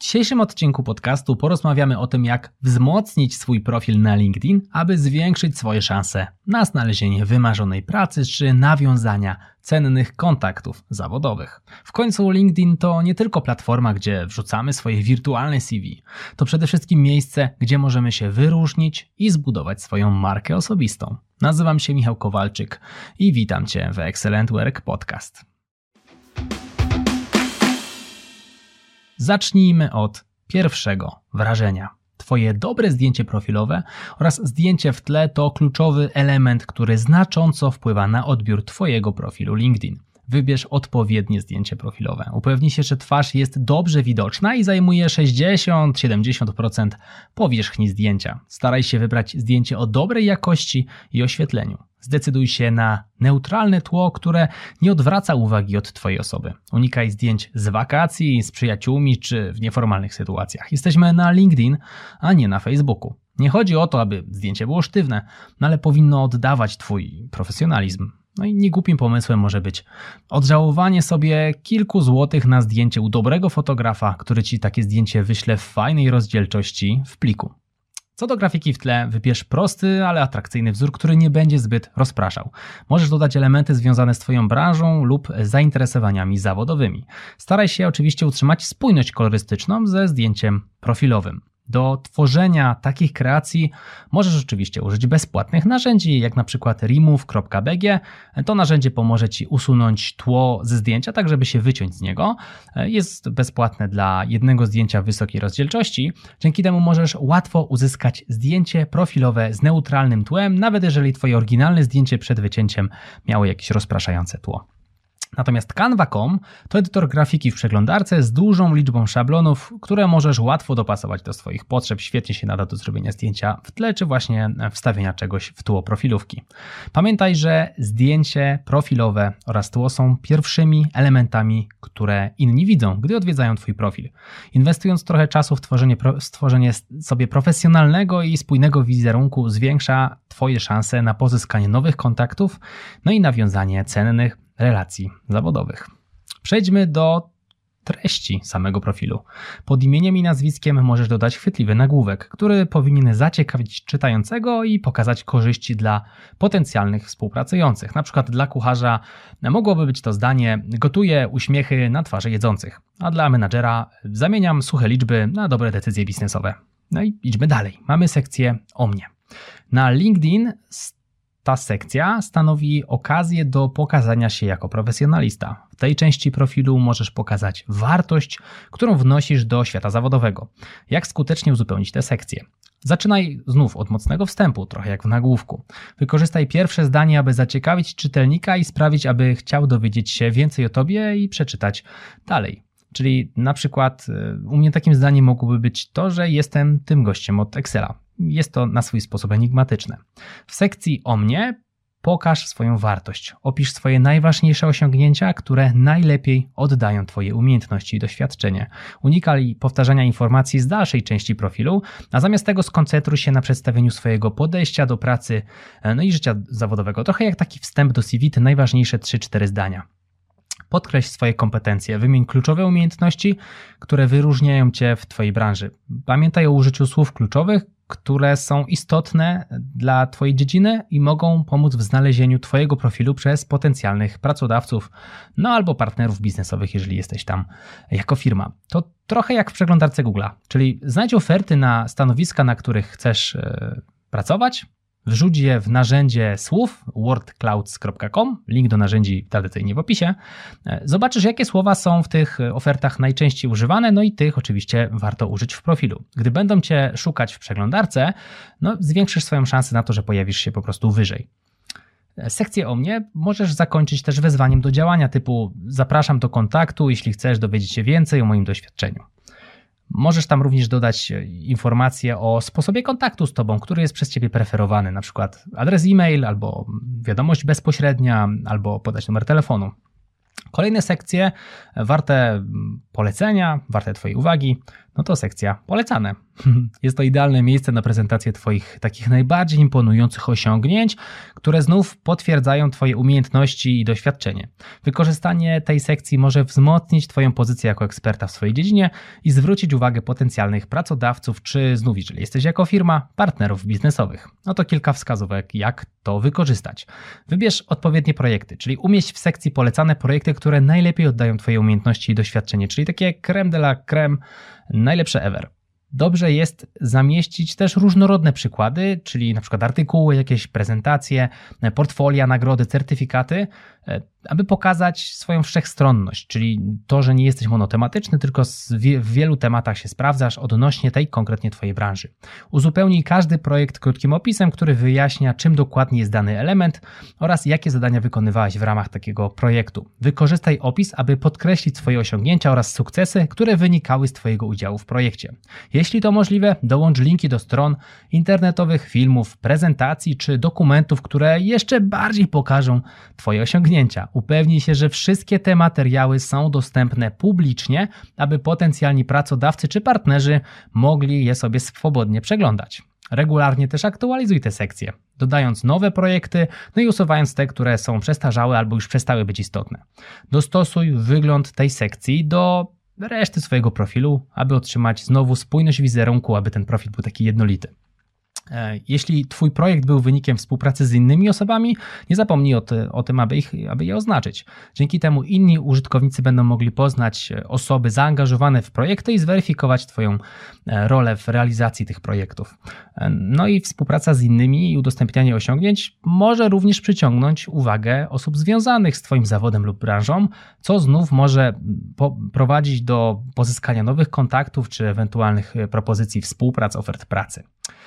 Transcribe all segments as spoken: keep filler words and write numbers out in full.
dzisiejszym odcinku podcastu porozmawiamy o tym, jak wzmocnić swój profil na LinkedIn, aby zwiększyć swoje szanse na znalezienie wymarzonej pracy czy nawiązania cennych kontaktów zawodowych. W końcu LinkedIn to nie tylko platforma, gdzie wrzucamy swoje wirtualne C V. To przede wszystkim miejsce, gdzie możemy się wyróżnić i zbudować swoją markę osobistą. Nazywam się Michał Kowalczyk i witam Cię w Excellent Work Podcast. Zacznijmy od pierwszego wrażenia. Twoje dobre zdjęcie profilowe oraz zdjęcie w tle to kluczowy element, który znacząco wpływa na odbiór Twojego profilu LinkedIn. Wybierz odpowiednie zdjęcie profilowe. Upewnij się, że twarz jest dobrze widoczna i zajmuje sześćdziesiąt do siedemdziesięciu procent powierzchni zdjęcia. Staraj się wybrać zdjęcie o dobrej jakości i oświetleniu. Zdecyduj się na neutralne tło, które nie odwraca uwagi od Twojej osoby. Unikaj zdjęć z wakacji, z przyjaciółmi czy w nieformalnych sytuacjach. Jesteśmy na LinkedIn, a nie na Facebooku. Nie chodzi o to, aby zdjęcie było sztywne, no ale powinno oddawać Twój profesjonalizm. No i niegłupim pomysłem może być odżałowanie sobie kilku złotych na zdjęcie u dobrego fotografa, który Ci takie zdjęcie wyśle w fajnej rozdzielczości w pliku. Co do grafiki w tle, wybierz prosty, ale atrakcyjny wzór, który nie będzie zbyt rozpraszał. Możesz dodać elementy związane z Twoją branżą lub zainteresowaniami zawodowymi. Staraj się oczywiście utrzymać spójność kolorystyczną ze zdjęciem profilowym. Do tworzenia takich kreacji możesz oczywiście użyć bezpłatnych narzędzi, jak na przykład remove kropka b g. To narzędzie pomoże Ci usunąć tło ze zdjęcia, tak żeby się wyciąć z niego. Jest bezpłatne dla jednego zdjęcia wysokiej rozdzielczości. Dzięki temu możesz łatwo uzyskać zdjęcie profilowe z neutralnym tłem, nawet jeżeli Twoje oryginalne zdjęcie przed wycięciem miało jakieś rozpraszające tło. Natomiast Canva kropka com to edytor grafiki w przeglądarce z dużą liczbą szablonów, które możesz łatwo dopasować do swoich potrzeb. Świetnie się nada do zrobienia zdjęcia w tle, czy właśnie wstawienia czegoś w tło profilówki. Pamiętaj, że zdjęcie profilowe oraz tło są pierwszymi elementami, które inni widzą, gdy odwiedzają Twój profil. Inwestując trochę czasu w tworzenie, stworzenie sobie profesjonalnego i spójnego wizerunku zwiększa Twoje szanse na pozyskanie nowych kontaktów, no i nawiązanie cennych relacji zawodowych. Przejdźmy do treści samego profilu. Pod imieniem i nazwiskiem możesz dodać chwytliwy nagłówek, który powinien zaciekawić czytającego i pokazać korzyści dla potencjalnych współpracujących. Na przykład dla kucharza mogłoby być to zdanie: gotuję uśmiechy na twarzy jedzących, a dla menadżera zamieniam suche liczby na dobre decyzje biznesowe. No i idźmy dalej. Mamy sekcję o mnie. Na LinkedIn ta sekcja stanowi okazję do pokazania się jako profesjonalista. W tej części profilu możesz pokazać wartość, którą wnosisz do świata zawodowego. Jak skutecznie uzupełnić tę sekcję? Zaczynaj znów od mocnego wstępu, trochę jak w nagłówku. Wykorzystaj pierwsze zdanie, aby zaciekawić czytelnika i sprawić, aby chciał dowiedzieć się więcej o Tobie i przeczytać dalej. Czyli na przykład u mnie takim zdaniem mogłoby być to, że jestem tym gościem od Excela. Jest to na swój sposób enigmatyczne. W sekcji o mnie pokaż swoją wartość. Opisz swoje najważniejsze osiągnięcia, które najlepiej oddają Twoje umiejętności i doświadczenie. Unikaj powtarzania informacji z dalszej części profilu, a zamiast tego skoncentruj się na przedstawieniu swojego podejścia do pracy, no i życia zawodowego. Trochę jak taki wstęp do C V, te najważniejsze trzy cztery zdania. Podkreśl swoje kompetencje, wymień kluczowe umiejętności, które wyróżniają Cię w Twojej branży. Pamiętaj o użyciu słów kluczowych, które są istotne dla Twojej dziedziny i mogą pomóc w znalezieniu Twojego profilu przez potencjalnych pracodawców, no albo partnerów biznesowych, jeżeli jesteś tam jako firma. To trochę jak w przeglądarce Google'a, czyli znajdź oferty na stanowiska, na których chcesz yy, pracować, wrzuć je w narzędzie słów word clouds kropka com, link do narzędzi tradycyjnie w opisie. Zobaczysz, jakie słowa są w tych ofertach najczęściej używane, no i tych oczywiście warto użyć w profilu. Gdy będą Cię szukać w przeglądarce, no zwiększysz swoją szansę na to, że pojawisz się po prostu wyżej. Sekcję o mnie możesz zakończyć też wezwaniem do działania typu: zapraszam do kontaktu, jeśli chcesz dowiedzieć się więcej o moim doświadczeniu. Możesz tam również dodać informacje o sposobie kontaktu z Tobą, który jest przez Ciebie preferowany, na przykład adres e-mail, albo wiadomość bezpośrednia, albo podać numer telefonu. Kolejne sekcje warte polecenia, warte Twojej uwagi no to sekcja polecane. Jest to idealne miejsce na prezentację Twoich takich najbardziej imponujących osiągnięć, które znów potwierdzają Twoje umiejętności i doświadczenie. Wykorzystanie tej sekcji może wzmocnić Twoją pozycję jako eksperta w swojej dziedzinie i zwrócić uwagę potencjalnych pracodawców, czy znów, jeżeli jesteś jako firma, partnerów biznesowych. No to kilka wskazówek, jak to wykorzystać. Wybierz odpowiednie projekty, czyli umieść w sekcji polecane projekty, które najlepiej oddają Twoje umiejętności i doświadczenie, czyli takie crème de la crème, najlepsze ever. Dobrze jest zamieścić też różnorodne przykłady, czyli na przykład artykuły, jakieś prezentacje, portfolia, nagrody, certyfikaty, aby pokazać swoją wszechstronność, czyli to, że nie jesteś monotematyczny, tylko w wielu tematach się sprawdzasz odnośnie tej konkretnie Twojej branży. Uzupełnij każdy projekt krótkim opisem, który wyjaśnia, czym dokładnie jest dany element oraz jakie zadania wykonywałeś w ramach takiego projektu. Wykorzystaj opis, aby podkreślić swoje osiągnięcia oraz sukcesy, które wynikały z Twojego udziału w projekcie. Jeśli to możliwe, dołącz linki do stron internetowych, filmów, prezentacji czy dokumentów, które jeszcze bardziej pokażą Twoje osiągnięcia. Upewnij się, że wszystkie te materiały są dostępne publicznie, aby potencjalni pracodawcy czy partnerzy mogli je sobie swobodnie przeglądać. Regularnie też aktualizuj te sekcje, dodając nowe projekty, no i usuwając te, które są przestarzałe albo już przestały być istotne. Dostosuj wygląd tej sekcji do reszty swojego profilu, aby otrzymać znowu spójność wizerunku, aby ten profil był taki jednolity. Jeśli Twój projekt był wynikiem współpracy z innymi osobami, nie zapomnij o, ty, o tym, aby, ich, aby je oznaczyć. Dzięki temu inni użytkownicy będą mogli poznać osoby zaangażowane w projekty i zweryfikować Twoją rolę w realizacji tych projektów. No i współpraca z innymi i udostępnianie osiągnięć może również przyciągnąć uwagę osób związanych z Twoim zawodem lub branżą, co znów może po- prowadzić do pozyskania nowych kontaktów czy ewentualnych propozycji współprac, ofert pracy.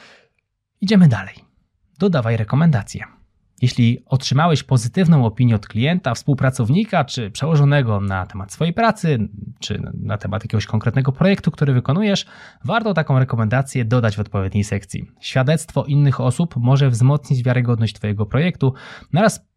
Idziemy dalej. Dodawaj rekomendacje. Jeśli otrzymałeś pozytywną opinię od klienta, współpracownika czy przełożonego na temat swojej pracy, czy na temat jakiegoś konkretnego projektu, który wykonujesz, warto taką rekomendację dodać w odpowiedniej sekcji. Świadectwo innych osób może wzmocnić wiarygodność Twojego projektu oraz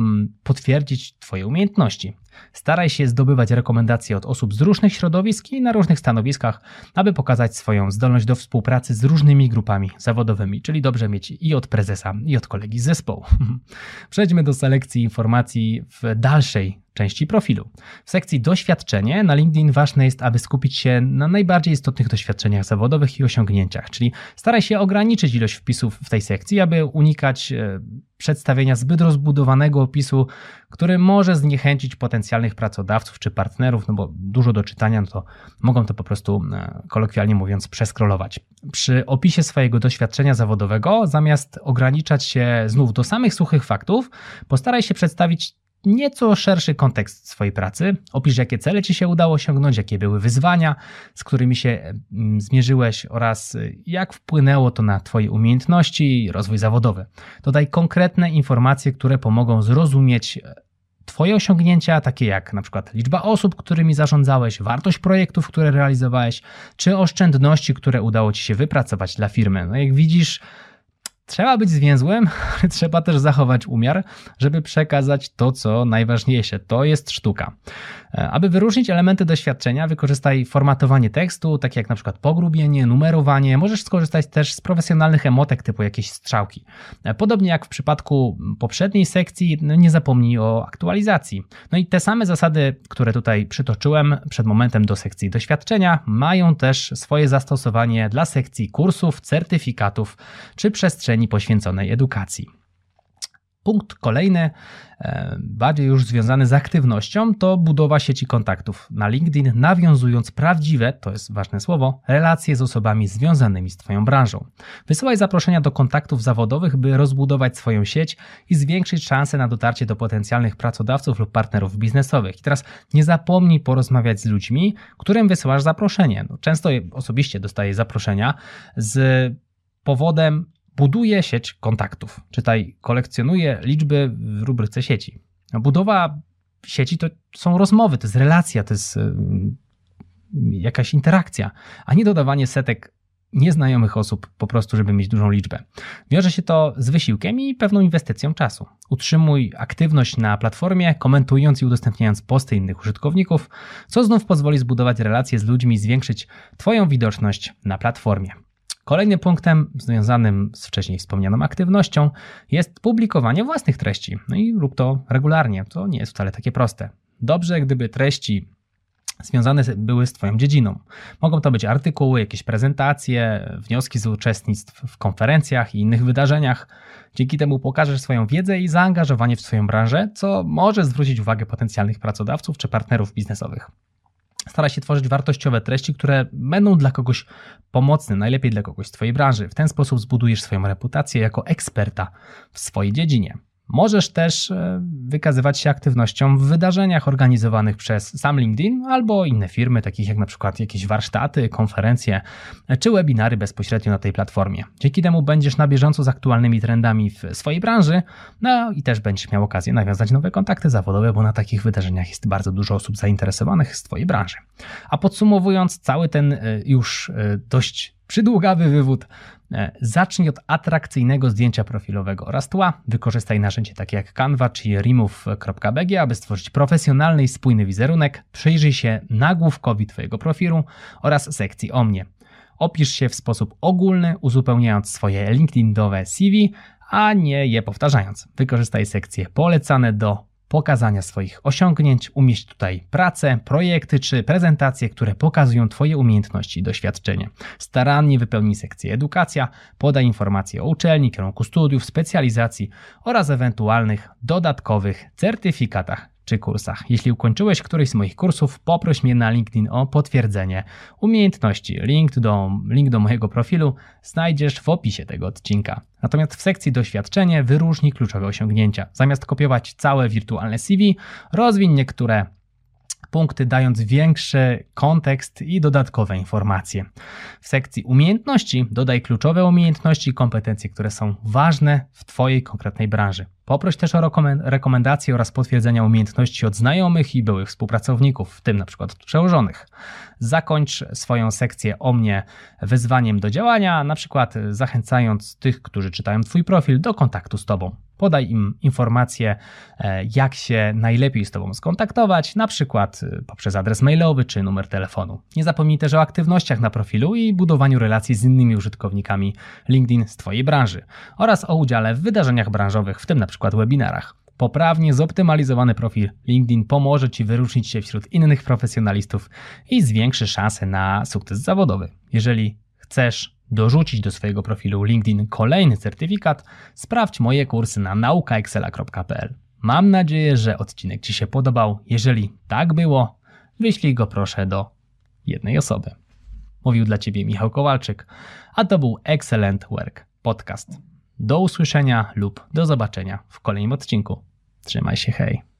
potwierdzić Twoje umiejętności. Staraj się zdobywać rekomendacje od osób z różnych środowisk i na różnych stanowiskach, aby pokazać swoją zdolność do współpracy z różnymi grupami zawodowymi, czyli dobrze mieć i od prezesa, i od kolegi z zespołu. Przejdźmy do selekcji informacji w dalszej części profilu. W sekcji doświadczenie na LinkedIn ważne jest, aby skupić się na najbardziej istotnych doświadczeniach zawodowych i osiągnięciach, czyli staraj się ograniczyć ilość wpisów w tej sekcji, aby unikać przedstawienia zbyt rozbudowanego opisu, który może zniechęcić potencjalnych pracodawców czy partnerów, no bo dużo do czytania, no to mogą to po prostu, kolokwialnie mówiąc, przeskrolować. Przy opisie swojego doświadczenia zawodowego, zamiast ograniczać się znów do samych suchych faktów, postaraj się przedstawić nieco szerszy kontekst swojej pracy. Opisz, jakie cele Ci się udało osiągnąć, jakie były wyzwania, z którymi się zmierzyłeś oraz jak wpłynęło to na Twoje umiejętności i rozwój zawodowy. Dodaj konkretne informacje, które pomogą zrozumieć Twoje osiągnięcia, takie jak na przykład liczba osób, którymi zarządzałeś, wartość projektów, które realizowałeś, czy oszczędności, które udało Ci się wypracować dla firmy. No jak widzisz, trzeba być zwięzłym, ale trzeba też zachować umiar, żeby przekazać to, co najważniejsze. To jest sztuka. Aby wyróżnić elementy doświadczenia, wykorzystaj formatowanie tekstu, takie jak na przykład pogrubienie, numerowanie. Możesz skorzystać też z profesjonalnych emotek typu jakieś strzałki. Podobnie jak w przypadku poprzedniej sekcji, no nie zapomnij o aktualizacji. No i te same zasady, które tutaj przytoczyłem przed momentem do sekcji doświadczenia, mają też swoje zastosowanie dla sekcji kursów, certyfikatów czy przestrzeni poświęconej edukacji. Punkt kolejny, bardziej już związany z aktywnością, to budowa sieci kontaktów na LinkedIn, nawiązując prawdziwe, to jest ważne słowo, relacje z osobami związanymi z Twoją branżą. Wysyłaj zaproszenia do kontaktów zawodowych, by rozbudować swoją sieć i zwiększyć szanse na dotarcie do potencjalnych pracodawców lub partnerów biznesowych. I teraz nie zapomnij porozmawiać z ludźmi, którym wysyłasz zaproszenie. No, często osobiście dostaję zaproszenia z powodem buduje sieć kontaktów. Czytaj, kolekcjonuje liczby w rubryce sieci. Budowa sieci to są rozmowy, to jest relacja, to jest jakaś interakcja, a nie dodawanie setek nieznajomych osób po prostu, żeby mieć dużą liczbę. Wiąże się to z wysiłkiem i pewną inwestycją czasu. Utrzymuj aktywność na platformie, komentując i udostępniając posty innych użytkowników, co znów pozwoli zbudować relacje z ludźmi i zwiększyć Twoją widoczność na platformie. Kolejnym punktem związanym z wcześniej wspomnianą aktywnością jest publikowanie własnych treści. No i rób to regularnie, to nie jest wcale takie proste. Dobrze, gdyby treści związane były z Twoją dziedziną. Mogą to być artykuły, jakieś prezentacje, wnioski z uczestnictw w konferencjach i innych wydarzeniach. Dzięki temu pokażesz swoją wiedzę i zaangażowanie w Twoją branżę, co może zwrócić uwagę potencjalnych pracodawców czy partnerów biznesowych. Staraj się tworzyć wartościowe treści, które będą dla kogoś pomocne, najlepiej dla kogoś z Twojej branży. W ten sposób zbudujesz swoją reputację jako eksperta w swojej dziedzinie. Możesz też wykazywać się aktywnością w wydarzeniach organizowanych przez sam LinkedIn albo inne firmy, takich jak na przykład jakieś warsztaty, konferencje czy webinary bezpośrednio na tej platformie. Dzięki temu będziesz na bieżąco z aktualnymi trendami w swojej branży, no i też będziesz miał okazję nawiązać nowe kontakty zawodowe, bo na takich wydarzeniach jest bardzo dużo osób zainteresowanych z Twojej branży. A podsumowując cały ten już dość przydługawy wywód, zacznij od atrakcyjnego zdjęcia profilowego oraz tła. Wykorzystaj narzędzie takie jak Canva czy remove kropka b g, aby stworzyć profesjonalny i spójny wizerunek. Przyjrzyj się nagłówkowi Twojego profilu oraz sekcji o mnie. Opisz się w sposób ogólny, uzupełniając swoje LinkedInowe C V, a nie je powtarzając. Wykorzystaj sekcje polecane do pokazania swoich osiągnięć, umieść tutaj pracę, projekty czy prezentacje, które pokazują Twoje umiejętności i doświadczenie. Starannie wypełnij sekcję edukacja, podaj informacje o uczelni, kierunku studiów, specjalizacji oraz ewentualnych dodatkowych certyfikatach czy kursach. Jeśli ukończyłeś któryś z moich kursów, poproś mnie na LinkedIn o potwierdzenie umiejętności. Link do, link do mojego profilu znajdziesz w opisie tego odcinka. Natomiast w sekcji doświadczenie wyróżnij kluczowe osiągnięcia. Zamiast kopiować całe wirtualne C V, rozwiń niektóre punkty, dając większy kontekst i dodatkowe informacje. W sekcji umiejętności dodaj kluczowe umiejętności i kompetencje, które są ważne w Twojej konkretnej branży. Poproś też o rekomendacje oraz potwierdzenia umiejętności od znajomych i byłych współpracowników, w tym na przykład przełożonych. Zakończ swoją sekcję o mnie wyzwaniem do działania, na przykład zachęcając tych, którzy czytają Twój profil, do kontaktu z Tobą. Podaj im informacje, jak się najlepiej z Tobą skontaktować, na przykład poprzez adres mailowy czy numer telefonu. Nie zapomnij też o aktywnościach na profilu i budowaniu relacji z innymi użytkownikami LinkedIn z Twojej branży oraz o udziale w wydarzeniach branżowych, w tym na przykład webinarach. Poprawnie zoptymalizowany profil LinkedIn pomoże Ci wyróżnić się wśród innych profesjonalistów i zwiększy szanse na sukces zawodowy. Jeżeli chcesz dorzucić do swojego profilu LinkedIn kolejny certyfikat, sprawdź moje kursy na nauka excela kropka p l. Mam nadzieję, że odcinek Ci się podobał. Jeżeli tak było, wyślij go proszę do jednej osoby. Mówił dla Ciebie Michał Kowalczyk, a to był Excellent Work Podcast. Do usłyszenia lub do zobaczenia w kolejnym odcinku. Trzymaj się, hej!